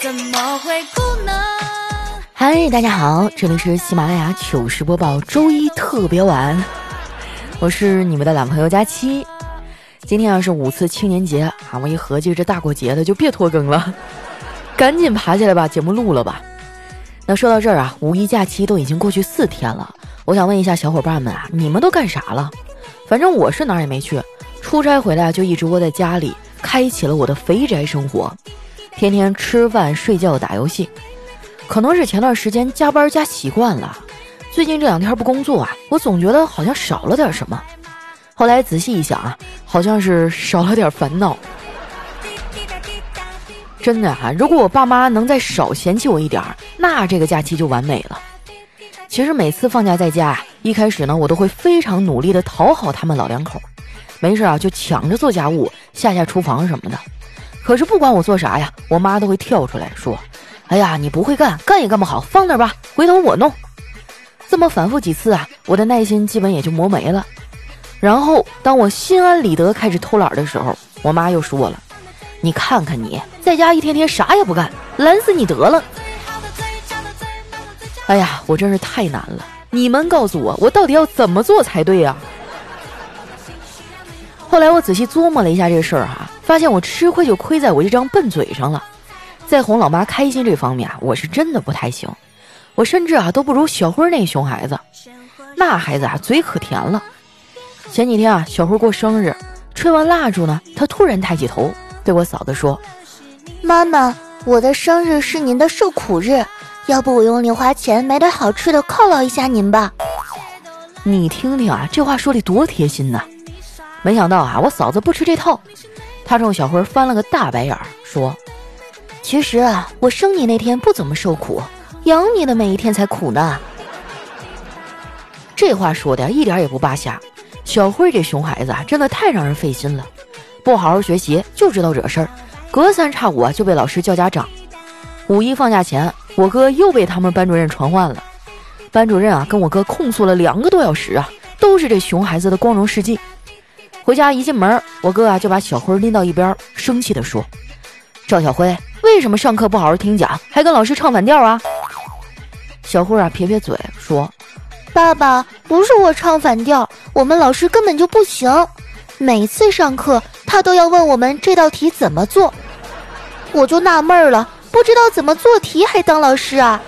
怎么会哭呢？ 嗨，大家好，这里是喜马拉雅糗事播报周一特别晚，我是你们的懒朋友佳期。今天是5次青年节啊，我一合计这大过节的就别拖更了，赶紧爬起来把节目录了吧。那说到这儿啊，五一假期都已经过去4天了，我想问一下小伙伴们啊，你们都干啥了？反正我是哪儿也没去，出差回来就一直窝在家里，开启了我的肥宅生活，天天吃饭睡觉打游戏。可能是前段时间加班加习惯了，最近这2天不工作啊，我总觉得好像少了点什么。后来仔细一想啊，好像是少了点烦恼。真的啊，如果我爸妈能再少嫌弃我一点，那这个假期就完美了。其实每次放假在家啊，一开始呢，我都会非常努力的讨好他们老两口，没事啊就抢着做家务，下厨房什么的。可是不管我做啥呀，我妈都会跳出来说：“哎呀，你不会干，干也干不好，放那儿吧，回头我弄。”这么反复几次啊，我的耐心基本也就磨没了。然后当我心安理得开始偷懒的时候，我妈又说了：“你看看你，在家一天天啥也不干，懒死你得了。”哎呀，我真是太难了，你们告诉我，我到底要怎么做才对啊？后来我仔细琢磨了一下这事儿哈，发现我吃亏就亏在我这张笨嘴上了。在哄老妈开心这方面啊，我是真的不太行。我甚至啊都不如小辉那熊孩子，那孩子啊嘴可甜了。前几天啊，小辉过生日，吹完蜡烛呢，他突然抬起头对我嫂子说：“ 妈妈，我的生日是您的受苦日，要不我用零花钱买点好吃的犒劳一下您吧。” 你听听啊，这话说的多贴心呐！没想到啊，我嫂子不吃这套，她冲小辉翻了个大白眼儿，说：“ 其实啊，我生你那天不怎么受苦，养你的每一天才苦呢。” 这话说的一点也不扒瞎。小辉这熊孩子啊，真的太让人费心了，不好好学习就知道惹事儿，隔3差5啊就被老师叫家长。5一放假前，我哥又被他们班主任传唤了。班主任啊跟我哥控诉了2个多小时啊，都是这熊孩子的光荣事迹。回家一进门，我哥啊就把小辉拎到一边，生气地说：“赵小辉，为什么上课不好好听讲，还跟老师唱反调啊？”小辉啊撇撇嘴说：“ 爸爸，不是我唱反调，我们老师根本就不行，每次上课他都要问我们这道题怎么做，我就纳闷了，不知道怎么做题还当老师啊。”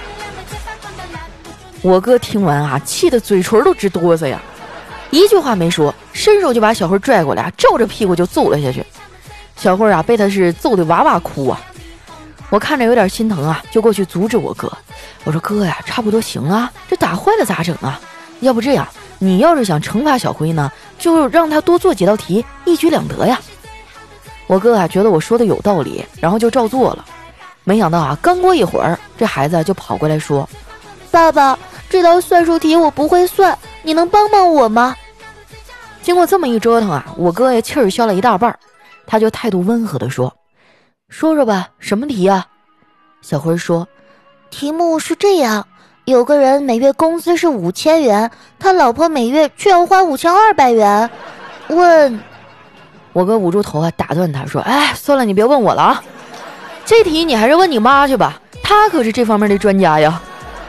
我哥听完啊，气得嘴唇都直哆嗦呀，一句话没说，伸手就把小辉拽过来，照着屁股就揍了下去。小辉啊被他是揍得哇哇哭啊。我看着有点心疼啊，就过去阻止我哥。我说：“哥呀，差不多行啊，这打坏了咋整啊？要不这样，你要是想惩罚小辉呢，就让他多做几道题，一举两得呀。”我哥啊觉得我说的有道理，然后就照做了。没想到啊，刚过一会儿，这孩子就跑过来说：“ 爸爸，这道算术题我不会算，你能帮帮我吗？” 经过这么一折腾啊，我哥也气儿消了一大半，他就态度温和地说：“说说吧，什么题啊？”小辉说：“ 题目是这样，有个人每月工资是5000元，他老婆每月却要花5200元。问……” 我哥捂住头啊，打断他说：“哎，算了，你别问我了啊，这题你还是问你妈去吧，她可是这方面的专家呀。”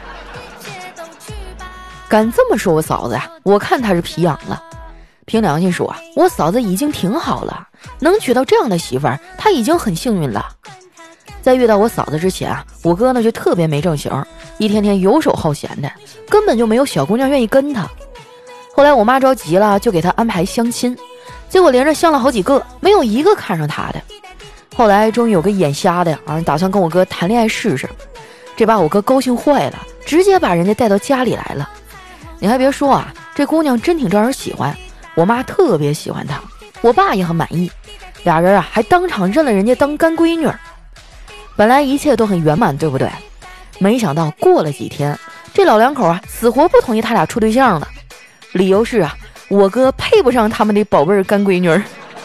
敢这么说我嫂子呀，我看她是皮痒了。凭良心说啊，我嫂子已经挺好了，能娶到这样的媳妇儿，她已经很幸运了。在遇到我嫂子之前啊，我哥呢就特别没正形，一天天游手好闲的，根本就没有小姑娘愿意跟他。后来我妈着急了，就给他安排相亲，结果连着相了好几个，没有一个看上他的。后来终于有个眼瞎的啊，打算跟我哥谈恋爱试试，这把我哥高兴坏了，直接把人家带到家里来了。你还别说啊，这姑娘真挺招人喜欢，我妈特别喜欢她，我爸也很满意，俩人啊还当场认了人家当干闺女。本来一切都很圆满，对不对？没想到过了几天，这老两口啊死活不同意他俩处对象了，理由是啊，我哥配不上他们的宝贝干闺女。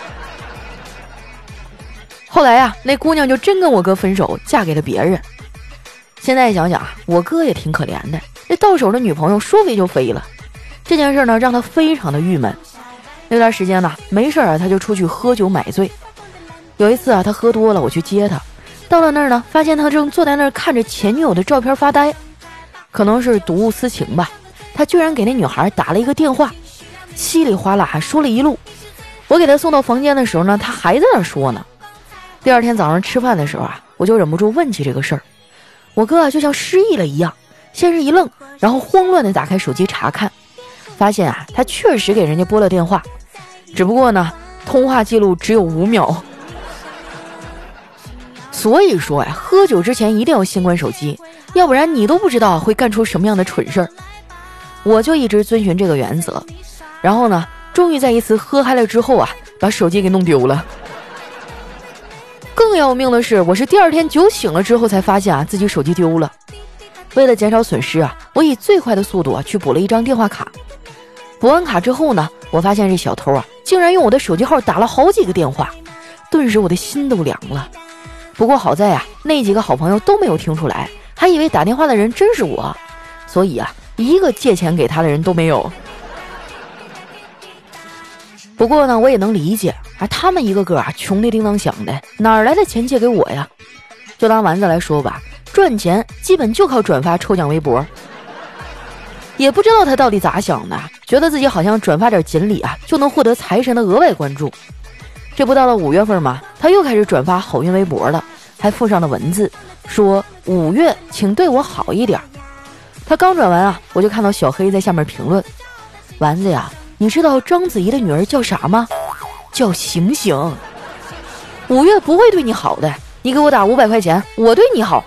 后来啊，那姑娘就真跟我哥分手，嫁给了别人。现在想想啊，我哥也挺可怜的，这到手的女朋友说飞就飞了。这件事呢，让他非常的郁闷。那段时间呢，没事啊，他就出去喝酒买醉。有一次啊，他喝多了，我去接他， 到了那儿呢，发现他正坐在那儿看着前女友的照片发呆，可能是睹物思情吧，他居然给那女孩打了一个电话，稀里哗啦还说了一路。我给他送到房间的时候呢，他还在那说呢。第二天早上吃饭的时候啊，我就忍不住问起这个事儿。我哥啊就像失忆了一样，先是一愣，然后慌乱地打开手机查看，发现啊他确实给人家拨了电话，只不过呢通话记录只有5秒。所以说呀，喝酒之前一定要先关手机，要不然你都不知道会干出什么样的蠢事儿。我就一直遵循这个原则，然后呢终于在一次喝嗨了之后啊，把手机给弄丢了。更要命的是，我是第二天酒醒了之后才发现啊，自己手机丢了。为了减少损失啊，我以最快的速度啊去补了一张电话卡。补完卡之后呢，我发现这小偷啊，竟然用我的手机号打了好几个电话，顿时我的心都凉了。不过好在啊，那几个好朋友都没有听出来，还以为打电话的人真是我，所以啊，一个借钱给他的人都没有。不过呢，我也能理解啊，他们一个个啊穷的叮当响的，哪来的钱借给我呀？就拿丸子来说吧，赚钱基本就靠转发抽奖微博。也不知道他到底咋想的，觉得自己好像转发点锦鲤啊，就能获得财神的额外关注。这不到了5月份嘛，他又开始转发好运微博了，还附上了文字，说5月请对我好一点。他刚转完啊，我就看到小黑在下面评论：丸子呀，你知道章子怡的女儿叫啥吗？叫醒醒。5月不会对你好的，你给我打500块钱，我对你好。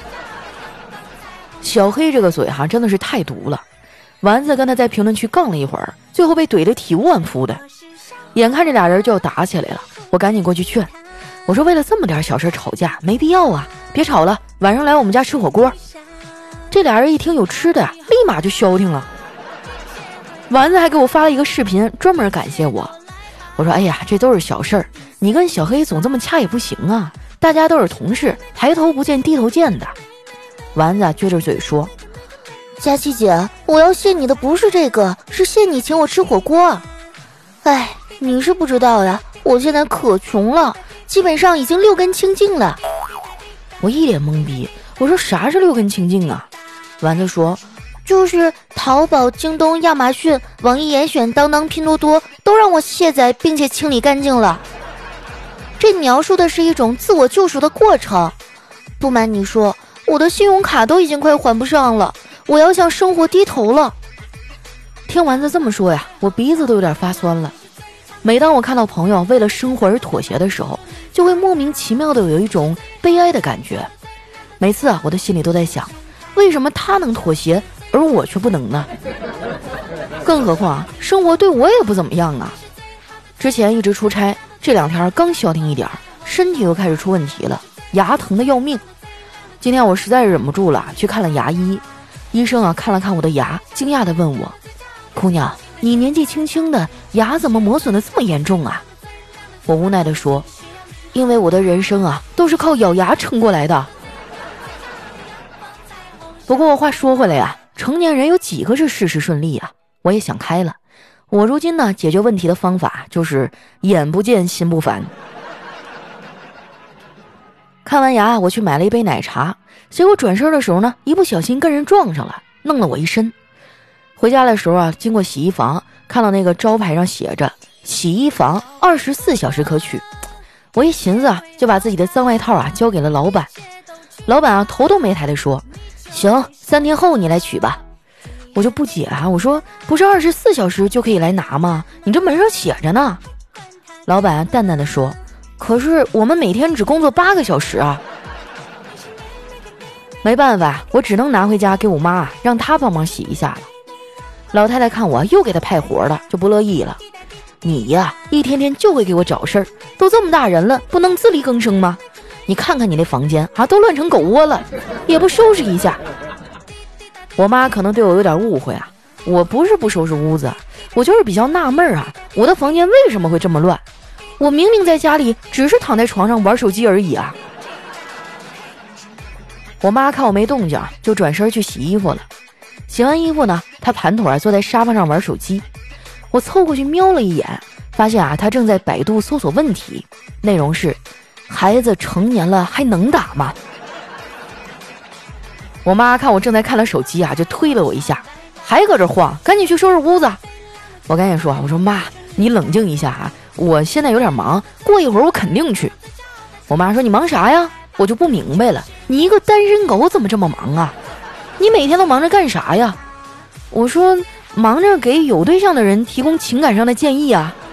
小黑这个嘴哈，真的是太毒了。丸子跟他在评论区杠了一会儿，最后被怼得体无完肤的。眼看这俩人就要打起来了，我赶紧过去劝，我说为了这么点小事吵架没必要啊，别吵了，晚上来我们家吃火锅。这俩人一听有吃的呀，立马就消停了。丸子还给我发了一个视频，专门感谢我。我说哎呀，这都是小事儿，你跟小黑总这么掐也不行啊，大家都是同事，抬头不见低头见的。丸子撅着嘴说， 佳琪姐，我要谢你的不是这个，是谢你请我吃火锅。哎，你是不知道呀，我现在可穷了，基本上已经6根清净了。 我一脸懵逼，我说啥是6根清净啊？丸子说， 就是淘宝、京东、亚马逊、网易严选、当当、拼多多都让我卸载并且清理干净了。这描述的是一种自我救赎的过程。不瞒你说，我的信用卡都已经快还不上了，我要向生活低头了。 听丸子这么说呀，我鼻子都有点发酸了。每当我看到朋友为了生活而妥协的时候，就会莫名其妙的有一种悲哀的感觉。每次啊，我的心里都在想，为什么他能妥协而我却不能呢？更何况生活对我也不怎么样啊。之前一直出差，这2天刚消停一点，身体又开始出问题了，牙疼的要命。今天我实在是忍不住了，去看了牙医。医生啊看了看我的牙，惊讶地问我，姑娘，你年纪轻轻的，牙怎么磨损的这么严重啊？我无奈地说，因为我的人生啊都是靠咬牙撑过来的。不过话说回来呀，成年人有几个是事事顺利啊？我也想开了，我如今呢解决问题的方法就是眼不见心不烦。看完牙，我去买了一杯奶茶，结果转身的时候呢，一不小心跟人撞上了，弄了我一身。回家的时候啊，经过洗衣房，看到那个招牌上写着洗衣房24小时可取。我一寻思啊，就把自己的脏外套啊交给了老板。老板啊头都没抬的说，行，3天后你来取吧。我就不解啊，我说不是24小时就可以来拿吗？你这门上写着呢。老板淡淡的说，可是我们每天只工作8个小时啊。没办法，我只能拿回家给我妈，让她帮忙洗一下了。老太太看我又给她派活了，就不乐意了。你呀，一天天就会给我找事儿，都这么大人了，不能自力更生吗？你看看你那房间啊，都乱成狗窝了，也不收拾一下。我妈可能对我有点误会啊，我不是不收拾屋子，我就是比较纳闷啊，我的房间为什么会这么乱？我明明在家里只是躺在床上玩手机而已啊。我妈看我没动静，就转身去洗衣服了。洗完衣服呢，她盘腿坐在沙发上玩手机。我凑过去瞄了一眼，发现啊，她正在百度搜索问题，内容是孩子成年了还能打吗？我妈看我正在看她手机啊，就推了我一下，还搁这晃，赶紧去收拾屋子。我赶紧说，我说妈，你冷静一下啊，我现在有点忙，过一会儿我肯定去。我妈说你忙啥呀？我就不明白了，你一个单身狗怎么这么忙啊？你每天都忙着干啥呀？我说忙着给有对象的人提供情感上的建议啊。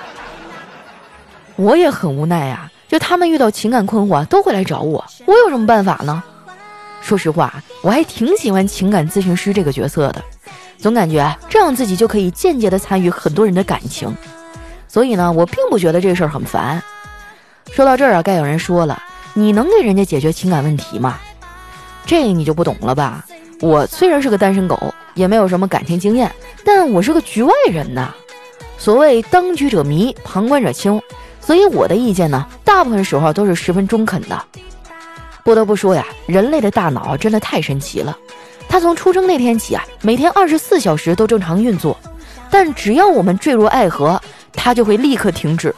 我也很无奈啊，就他们遇到情感困惑都会来找我，我有什么办法呢？说实话，我还挺喜欢情感咨询师这个角色的，总感觉这样自己就可以间接的参与很多人的感情，所以呢，我并不觉得这事儿很烦。说到这儿啊，该有人说了，你能给人家解决情感问题吗？这你就不懂了吧？我虽然是个单身狗，也没有什么感情经验，但我是个局外人呐。所谓当局者迷，旁观者清，所以我的意见呢，大部分时候都是十分中肯的。不得不说呀，人类的大脑真的太神奇了。它从出生那天起啊，每天24小时都正常运作，但只要我们坠入爱河，它就会立刻停止。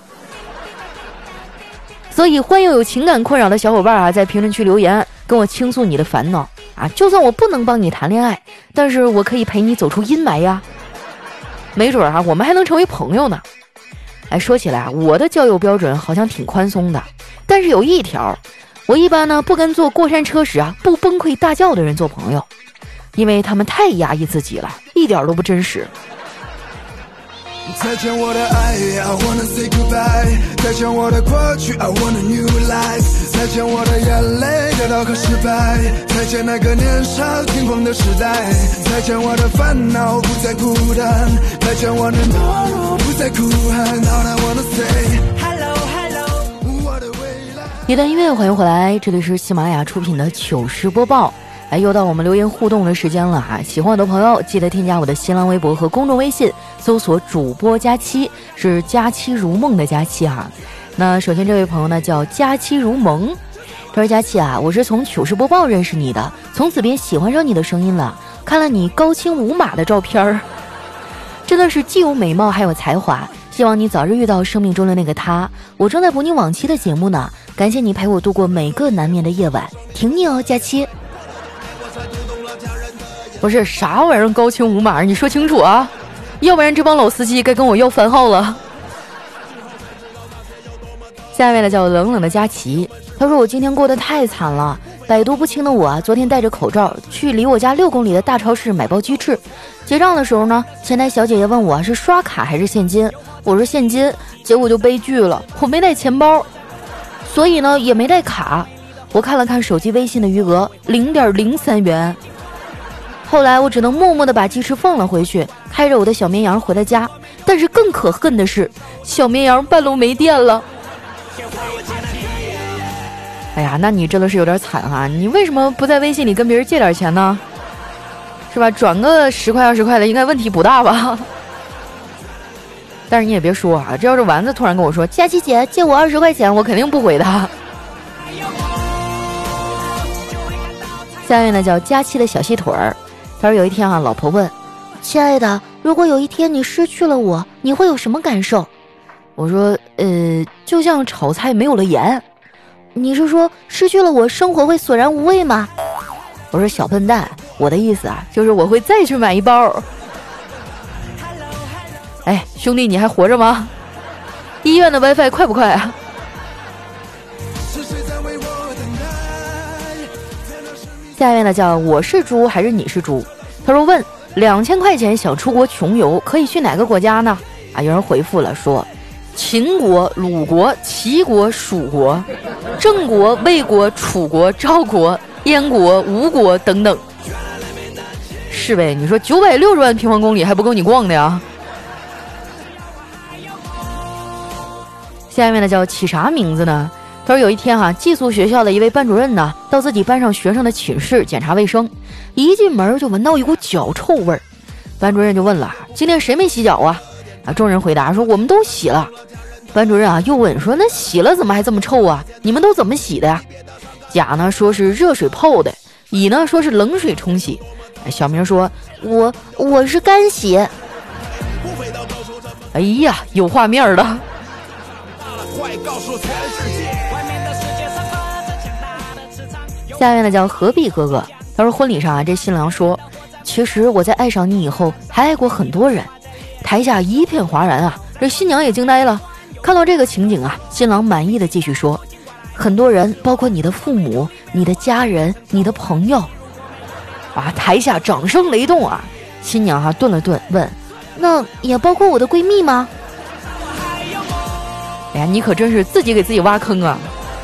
所以欢迎有情感困扰的小伙伴啊，在评论区留言，跟我倾诉你的烦恼啊。就算我不能帮你谈恋爱，但是我可以陪你走出阴霾呀。没准啊，我们还能成为朋友呢。哎，说起来啊，我的交友标准好像挺宽松的，但是有一条，我一般呢不跟坐过山车时啊不崩溃大叫的人做朋友，因为他们太压抑自己了，一点都不真实。 再见我的爱 I wanna say goodbye， 再见我的过去 I want a new life， 再见我的眼泪跌倒和失败，再见那个年少轻狂的时代，再见我的烦恼不再孤单，再见我的懦弱不再哭喊 All I wanna say hello hello 我的未来。 一段音乐，欢迎回来，这里是喜马拉雅出品的糗事播报。哎，又到我们留言互动的时间了啊！喜欢我的朋友记得添加我的新浪微博和公众微信，搜索主播佳期，是佳期如梦的佳期哈。那首先这位朋友呢叫佳期如萌，他说佳期啊，我是从糗事播报认识你的，从此便喜欢上你的声音了，看了你高清无码的照片儿，真的是既有美貌还有才华，希望你早日遇到生命中的那个他。我正在补你往期的节目呢，感谢你陪我度过每个难眠的夜晚，挺你哦，佳期。不是啥玩意儿高清无码，你说清楚啊，要不然这帮老司机该跟我要番号了。下面呢叫冷冷的佳琪，他说我今天过得太惨了，百毒不侵的我昨天戴着口罩去离我家6公里的大超市买包鸡翅，结账的时候呢，前台小姐姐问我是刷卡还是现金，我说现金，结果就悲剧了，我没带钱包，所以呢也没带卡，我看了看手机微信的余额0.03元。后来我只能默默地把鸡翅放了回去，开着我的小绵羊回了家。但是更可恨的是，小绵羊半路没电了。哎呀，那你真的是有点惨啊！你为什么不在微信里跟别人借点钱呢？是吧？转个10块20块的，应该问题不大吧？但是你也别说啊，这要是丸子突然跟我说佳琪姐借我20块钱，我肯定不回他。下面呢叫佳期的小细腿儿。他说有一天啊，老婆问，亲爱的，如果有一天你失去了我，你会有什么感受？我说就像炒菜没有了盐。你是说失去了我生活会索然无味吗？我说小笨蛋，我的意思啊就是我会再去买一包。哎，兄弟你还活着吗？医院的 WiFi 快不快啊？下面呢叫我是猪还是你是猪？他说问2000块钱想出国穷游，可以去哪个国家呢？啊，有人回复了说秦国、鲁国、齐国、蜀国、郑国、魏国、楚国、赵国、燕国、吴国等等。是呗？你说960万平方公里还不够你逛的呀？下面呢叫起啥名字呢？他说有一天啊，寄宿学校的一位班主任呢，到自己班上学生的寝室检查卫生，一进门就闻到一股脚臭味儿。班主任就问了，今天谁没洗脚啊？众人回答说我们都洗了。班主任啊又问说那洗了怎么还这么臭啊？你们都怎么洗的呀？甲呢说是热水泡的，乙呢说是冷水冲洗。小明说我是干洗。哎呀，有画面的。 下面呢叫何必哥哥，他说婚礼上啊，这新郎说，其实我在爱上你以后还爱过很多人。台下一片哗然啊，这新娘也惊呆了。看到这个情景啊，新郎满意的继续说，很多人包括你的父母、你的家人、你的朋友。啊，台下掌声雷动啊。新娘啊顿了顿问， 那也包括我的闺蜜吗？ 哎呀，你可真是自己给自己挖坑啊。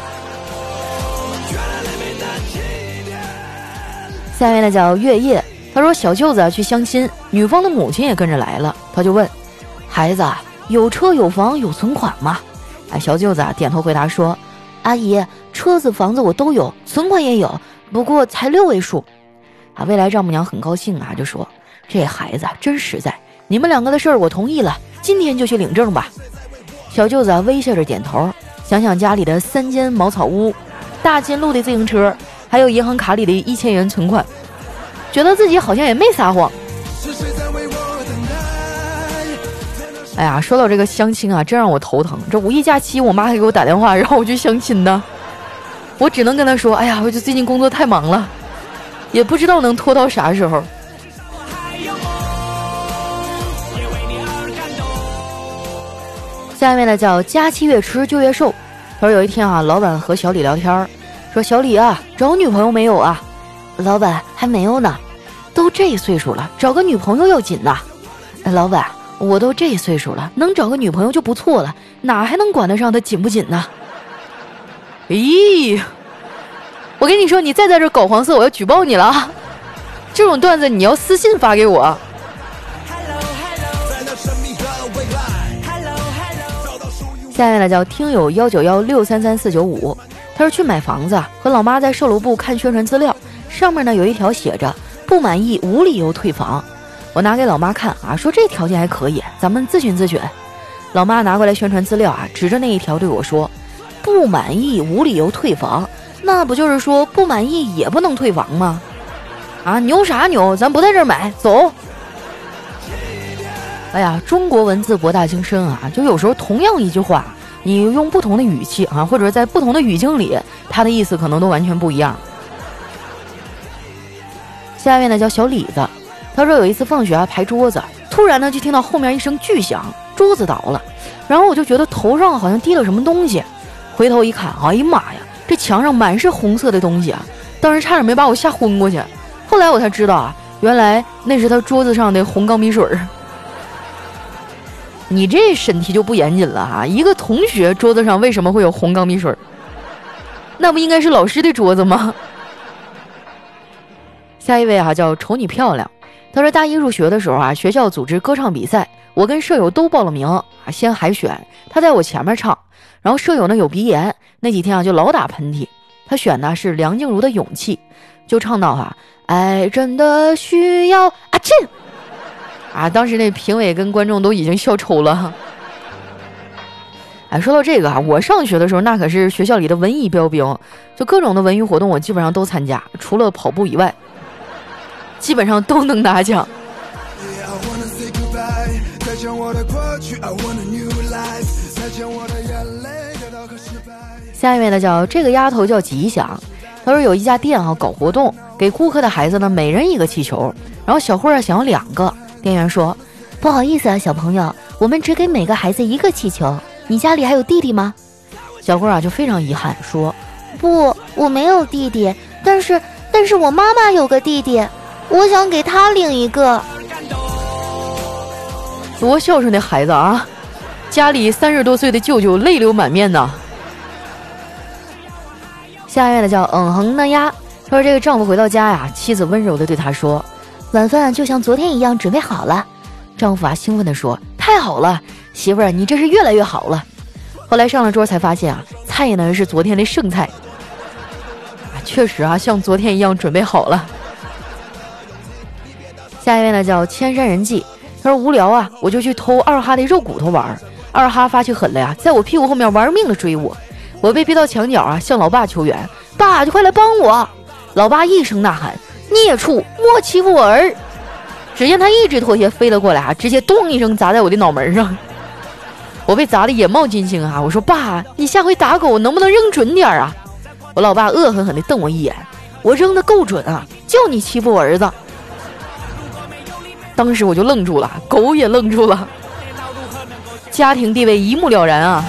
下面呢叫月夜，他说小舅子啊去相亲，女方的母亲也跟着来了，他就问孩子啊，有车有房有存款吗？哎，小舅子啊点头回答说，阿姨，车子房子我都有，存款也有，不过才6位数。啊，未来丈母娘很高兴啊，就说这孩子真实在，你们2个的事儿我同意了，今天就去领证吧。小舅子啊微笑着点头，想想家里的3间茅草屋、大金路的自行车，还有银行卡里的1000元存款，觉得自己好像也没撒谎。哎呀，说到这个相亲啊，真让我头疼。这5一假期，我妈还给我打电话，让我去相亲呢。我只能跟她说，哎呀，我就最近工作太忙了，也不知道能拖到啥时候。下面呢叫假期越吃就越瘦。他说有一天啊，老板和小李聊天，说小李啊，找女朋友没有啊？老板还没有呢，都这岁数了，找个女朋友要紧呐。老板，我都这岁数了，能找个女朋友就不错了，哪还能管得上她紧不紧呢？咦，我跟你说，你再在这搞黄色，我要举报你了啊！这种段子你要私信发给我。下面呢叫听友191633495，他说去买房子，和老妈在售楼部看宣传资料，上面呢有一条写着不满意无理由退房。我拿给老妈看啊，说这条件还可以，咱们咨询咨询。老妈拿过来宣传资料啊，指着那一条对我说，不满意无理由退房，那不就是说不满意也不能退房吗？啊，牛啥牛，咱不在这儿买，走。哎呀，中国文字博大精深啊，就有时候同样一句话，你用不同的语气啊，或者在不同的语境里，它的意思可能都完全不一样。下面呢叫小李子，他说有一次放学啊排桌子，突然呢就听到后面一声巨响，桌子倒了，然后我就觉得头上好像滴了什么东西，回头一看，哎呀妈呀，这墙上满是红色的东西啊，当时差点没把我吓昏过去。后来我才知道啊，原来那是他桌子上的红钢笔水。你这审题就不严谨了啊！一个同学桌子上为什么会有红钢笔水？那不应该是老师的桌子吗？下一位啊，叫瞅你漂亮。他说大一入学的时候啊，学校组织歌唱比赛，我跟舍友都报了名啊，先海选，他在我前面唱，然后舍友呢有鼻炎，那几天啊就老打喷嚏，他选的是梁静茹的《勇气》，就唱到啊，爱真的需要啊进。啊！当时那评委跟观众都已经笑抽了。哎，说到这个啊，我上学的时候那可是学校里的文艺标兵，就各种的文娱活动我基本上都参加，除了跑步以外，基本上都能拿奖。下一位呢叫这个丫头叫吉祥，他说有一家店啊搞活动，给顾客的孩子呢每人一个气球，然后小慧儿想要2个。店员说，不好意思啊小朋友，我们只给每个孩子1个气球，你家里还有弟弟吗？小慧啊就非常遗憾说， 不，我没有弟弟，但是我妈妈有个弟弟，我想给他领1个。 多孝顺的孩子啊，家里30多岁的舅舅泪流满面呢。下面的叫哼呢呀，他说这个丈夫回到家呀，妻子温柔的对他说，晚饭就像昨天一样准备好了。丈夫啊兴奋地说，太好了，媳妇儿你这是越来越好了。后来上了桌才发现啊，菜呢是昨天的剩菜啊，确实啊像昨天一样准备好了。下一位呢叫千山人迹，他说无聊啊，我就去偷二哈的肉骨头玩，二哈发起狠了呀，在我屁股后面玩命的追我，我被逼到墙角啊，向老爸求援，爸就快来帮我。老爸一声呐喊，孽畜，莫欺负我儿！只见他一只拖鞋飞了过来啊，直接咚一声砸在我的脑门上，我被砸得眼冒金星啊！我说爸，你下回打狗能不能扔准点啊？我老爸恶狠狠地瞪我一眼， 我扔的够准啊，就你欺负我儿子。当时我就愣住了，狗也愣住了，家庭地位一目了然啊。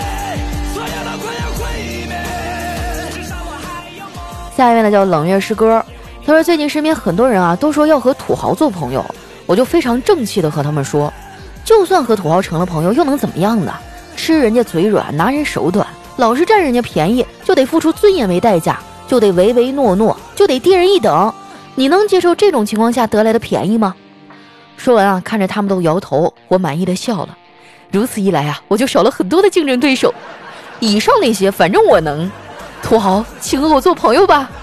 下一位呢叫冷月诗歌，他说最近身边很多人啊都说要和土豪做朋友，我就非常正气的和他们说，就算和土豪成了朋友又能怎么样呢？吃人家嘴软，拿人手短，老是占人家便宜，就得付出尊严为代价，就得唯唯诺诺，就得低人一等。你能接受这种情况下得来的便宜吗？说完啊，看着他们都摇头，我满意的笑了。如此一来啊，我就少了很多的竞争对手。以上那些反正我能，土豪请和我做朋友吧。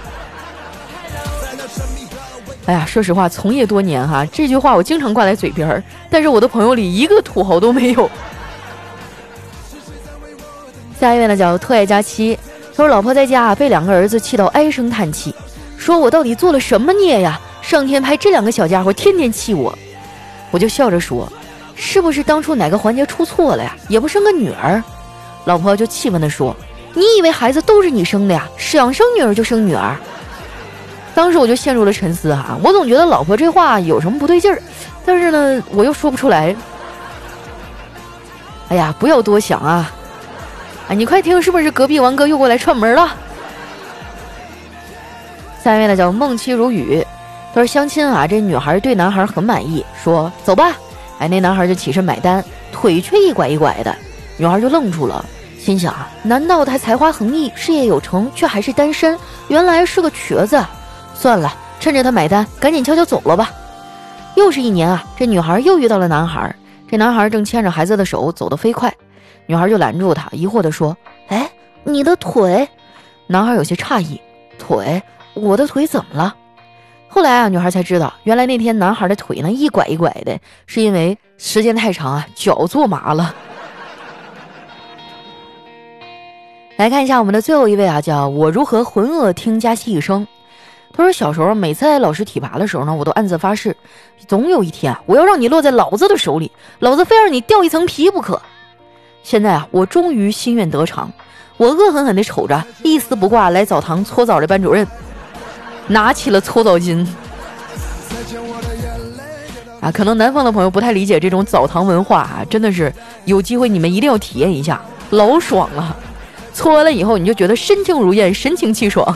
哎呀，说实话，从业多年哈，这句话我经常挂在嘴边，但是我的朋友里一个土豪都没有。下一位呢叫特爱佳期，他说老婆在家被2个儿子气到唉声叹气，说我到底做了什么孽呀？上天派这2个小家伙天天气我。我就笑着说，是不是当初哪个环节出错了呀？也不生个女儿。老婆就气愤地说，你以为孩子都是你生的呀？想生女儿就生女儿。当时我就陷入了沉思哈，我总觉得老婆这话有什么不对劲儿，但是呢我又说不出来。哎呀，不要多想啊！哎，你快听，是不是隔壁王哥又过来串门了？下一位呢叫梦妻如雨，他说相亲啊，这女孩对男孩很满意，说走吧。哎，那男孩就起身买单，腿却一拐一拐的，女孩就愣住了，心想啊，难道他才华横溢，事业有成，却还是单身？原来是个瘸子。算了，趁着他买单，赶紧悄悄走了吧。又是1年啊，这女孩又遇到了男孩，这男孩正牵着孩子的手走得飞快，女孩就拦住他，疑惑地说：“哎，你的腿？”男孩有些诧异：“腿？我的腿怎么了？”后来啊，女孩才知道，原来那天男孩的腿呢一拐一拐的，是因为时间太长啊，脚坐麻了。来看一下我们的最后一位啊，叫我如何浑噩听佳期一生。他说小时候每次挨老师体罚的时候呢，我都暗自发誓，总有一天啊，我要让你落在老子的手里，老子非让你掉一层皮不可。现在啊，我终于心愿得偿，我恶狠狠地瞅着一丝不挂来澡堂搓澡的班主任，拿起了搓澡巾。啊，可能南方的朋友不太理解这种澡堂文化啊，真的是有机会你们一定要体验一下，老爽了。搓完了以后，你就觉得身轻如燕，神清气爽。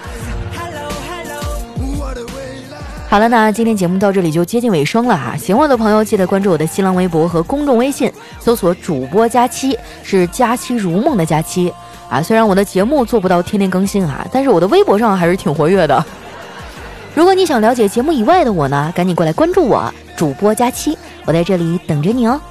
好了，那今天节目到这里就接近尾声了哈。喜欢我的朋友记得关注我的新浪微博和公众微信，搜索主播佳期，是佳期如梦的佳期啊。虽然我的节目做不到天天更新啊，但是我的微博上还是挺活跃的。如果你想了解节目以外的我呢，赶紧过来关注我，主播佳期，我在这里等着你哦。